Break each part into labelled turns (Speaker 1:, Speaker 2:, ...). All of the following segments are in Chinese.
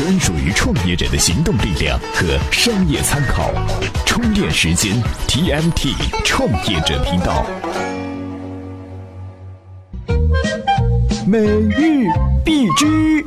Speaker 1: 专属于创业者的行动力量和商业参考。充电时间 TMT 创业者频道。每日必知。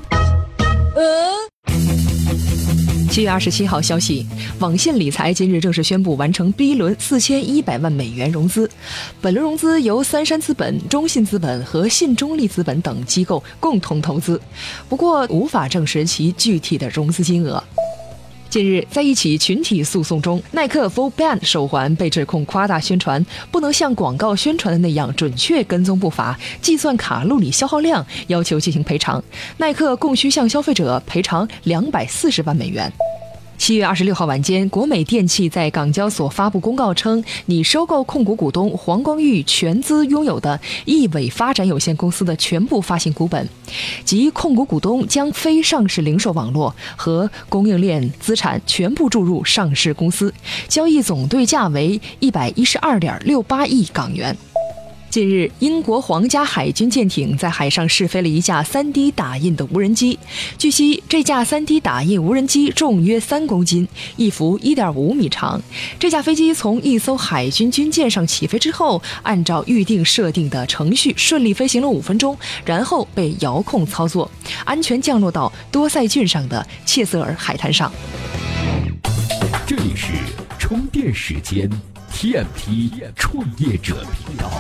Speaker 2: 7月27号消息，网信理财今日正式宣布完成 B 轮4100万美元融资。本轮融资由三山资本、中信资本和信中利资本等机构共同投资，不过无法证实其具体的融资金额。近日，在一起群体诉讼中，耐克 Full Band 手环被指控夸大宣传，不能像广告宣传的那样准确跟踪步伐、计算卡路里消耗量，要求进行赔偿。耐克共需向消费者赔偿240万美元。7月26号晚间，国美电器在港交所发布公告称，拟收购控股股东黄光裕全资拥有的亿伟发展有限公司的全部发行股本，即控股股东将非上市零售网络和供应链资产全部注入上市公司，交易总对价为112.68亿港元。近日，英国皇家海军舰艇在海上试飞了一架 3D 打印的无人机。据悉，这架 3D 打印无人机重约3公斤，翼幅1.5米长。这架飞机从一艘海军军舰上起飞之后，按照预定设定的程序顺利飞行了5分钟，然后被遥控操作，安全降落到多塞郡上的切瑟尔海滩上。
Speaker 1: 这里是充电时间 TMT 创业者频道。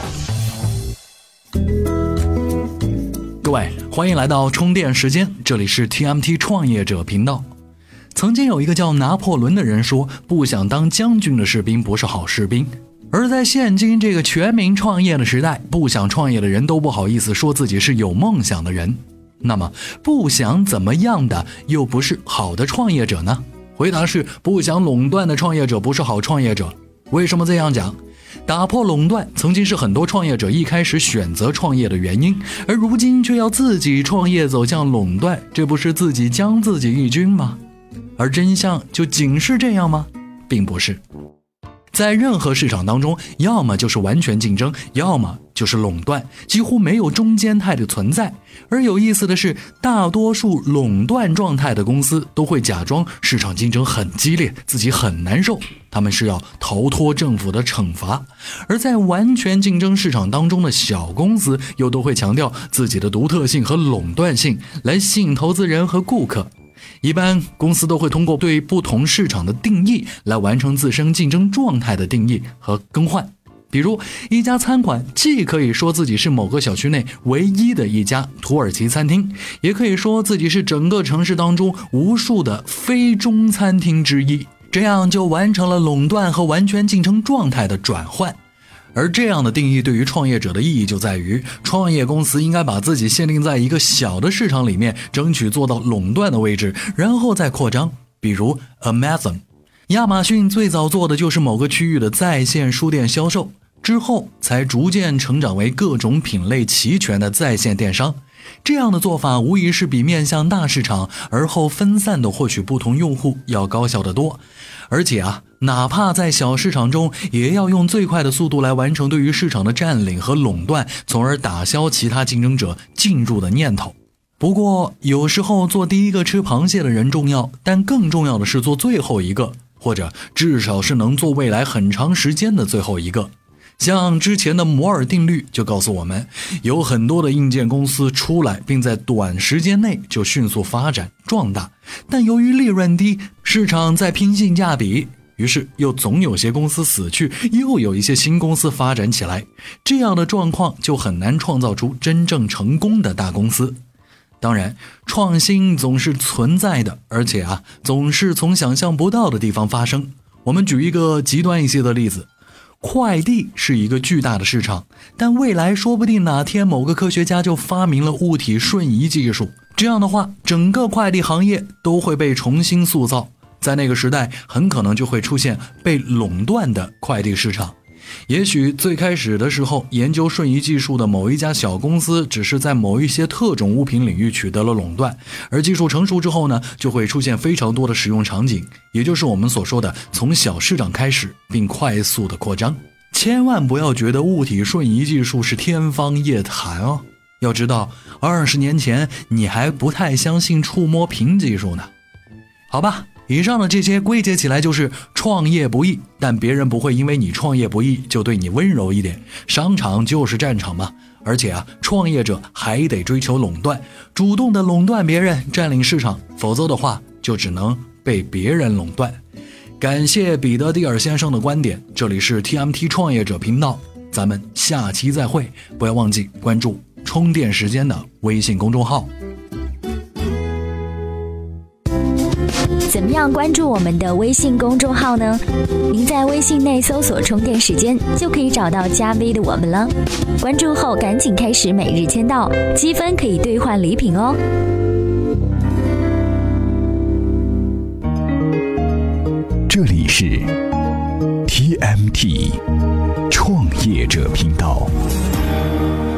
Speaker 3: 各位，欢迎来到充电时间，这里是 TMT 创业者频道。曾经有一个叫拿破仑的人说，不想当将军的士兵不是好士兵。而在现今这个全民创业的时代，不想创业的人都不好意思说自己是有梦想的人。那么不想怎么样的又不是好的创业者呢？回答是，不想垄断的创业者不是好创业者。为什么这样讲？打破垄断曾经是很多创业者一开始选择创业的原因，而如今却要自己创业走向垄断，这不是自己将自己一军吗？而真相就仅是这样吗？并不是。在任何市场当中，要么就是完全竞争，要么就是垄断，几乎没有中间态的存在。而有意思的是，大多数垄断状态的公司都会假装市场竞争很激烈，自己很难受，他们是要逃脱政府的惩罚。而在完全竞争市场当中的小公司，又都会强调自己的独特性和垄断性，来吸引投资人和顾客。一般公司都会通过对不同市场的定义来完成自身竞争状态的定义和更换。比如一家餐馆既可以说自己是某个小区内唯一的一家土耳其餐厅，也可以说自己是整个城市当中无数的非中餐厅之一，这样就完成了垄断和完全竞争状态的转换。而这样的定义对于创业者的意义就在于，创业公司应该把自己限定在一个小的市场里面，争取做到垄断的位置，然后再扩张。比如 Amazon， 亚马逊最早做的就是某个区域的在线书店销售，之后才逐渐成长为各种品类齐全的在线电商。这样的做法无疑是比面向大市场而后分散的获取不同用户要高效得多。而且哪怕在小市场中，也要用最快的速度来完成对于市场的占领和垄断，从而打消其他竞争者进入的念头。不过有时候做第一个吃螃蟹的人重要，但更重要的是做最后一个，或者至少是能做未来很长时间的最后一个。像之前的摩尔定律就告诉我们，有很多的硬件公司出来，并在短时间内就迅速发展壮大，但由于利润低，市场在拼性价比，于是又总有些公司死去，又有一些新公司发展起来，这样的状况就很难创造出真正成功的大公司。当然，创新总是存在的，而且总是从想象不到的地方发生。我们举一个极端一些的例子，快递是一个巨大的市场，但未来说不定哪天某个科学家就发明了物体瞬移技术，这样的话，整个快递行业都会被重新塑造。在那个时代，很可能就会出现被垄断的快递市场。也许最开始的时候，研究瞬移技术的某一家小公司只是在某一些特种物品领域取得了垄断，而技术成熟之后呢，就会出现非常多的使用场景，也就是我们所说的从小市场开始并快速的扩张。千万不要觉得物体瞬移技术是天方夜谭哦。要知道，20年前你还不太相信触摸屏技术呢。 好吧，以上的这些归结起来就是创业不易，但别人不会因为你创业不易就对你温柔一点。商场就是战场嘛，而且创业者还得追求垄断，主动的垄断别人，占领市场，否则的话就只能被别人垄断。感谢彼得蒂尔先生的观点，这里是 TMT 创业者频道，咱们下期再会，不要忘记关注充电时间的微信公众号。
Speaker 4: 怎么样关注我们的微信公众号呢？您在微信内搜索充电时间就可以找到加 V 的我们了。关注后赶紧开始每日签到，积分可以兑换礼品哦。
Speaker 1: 这里是 TMT 创业者频道。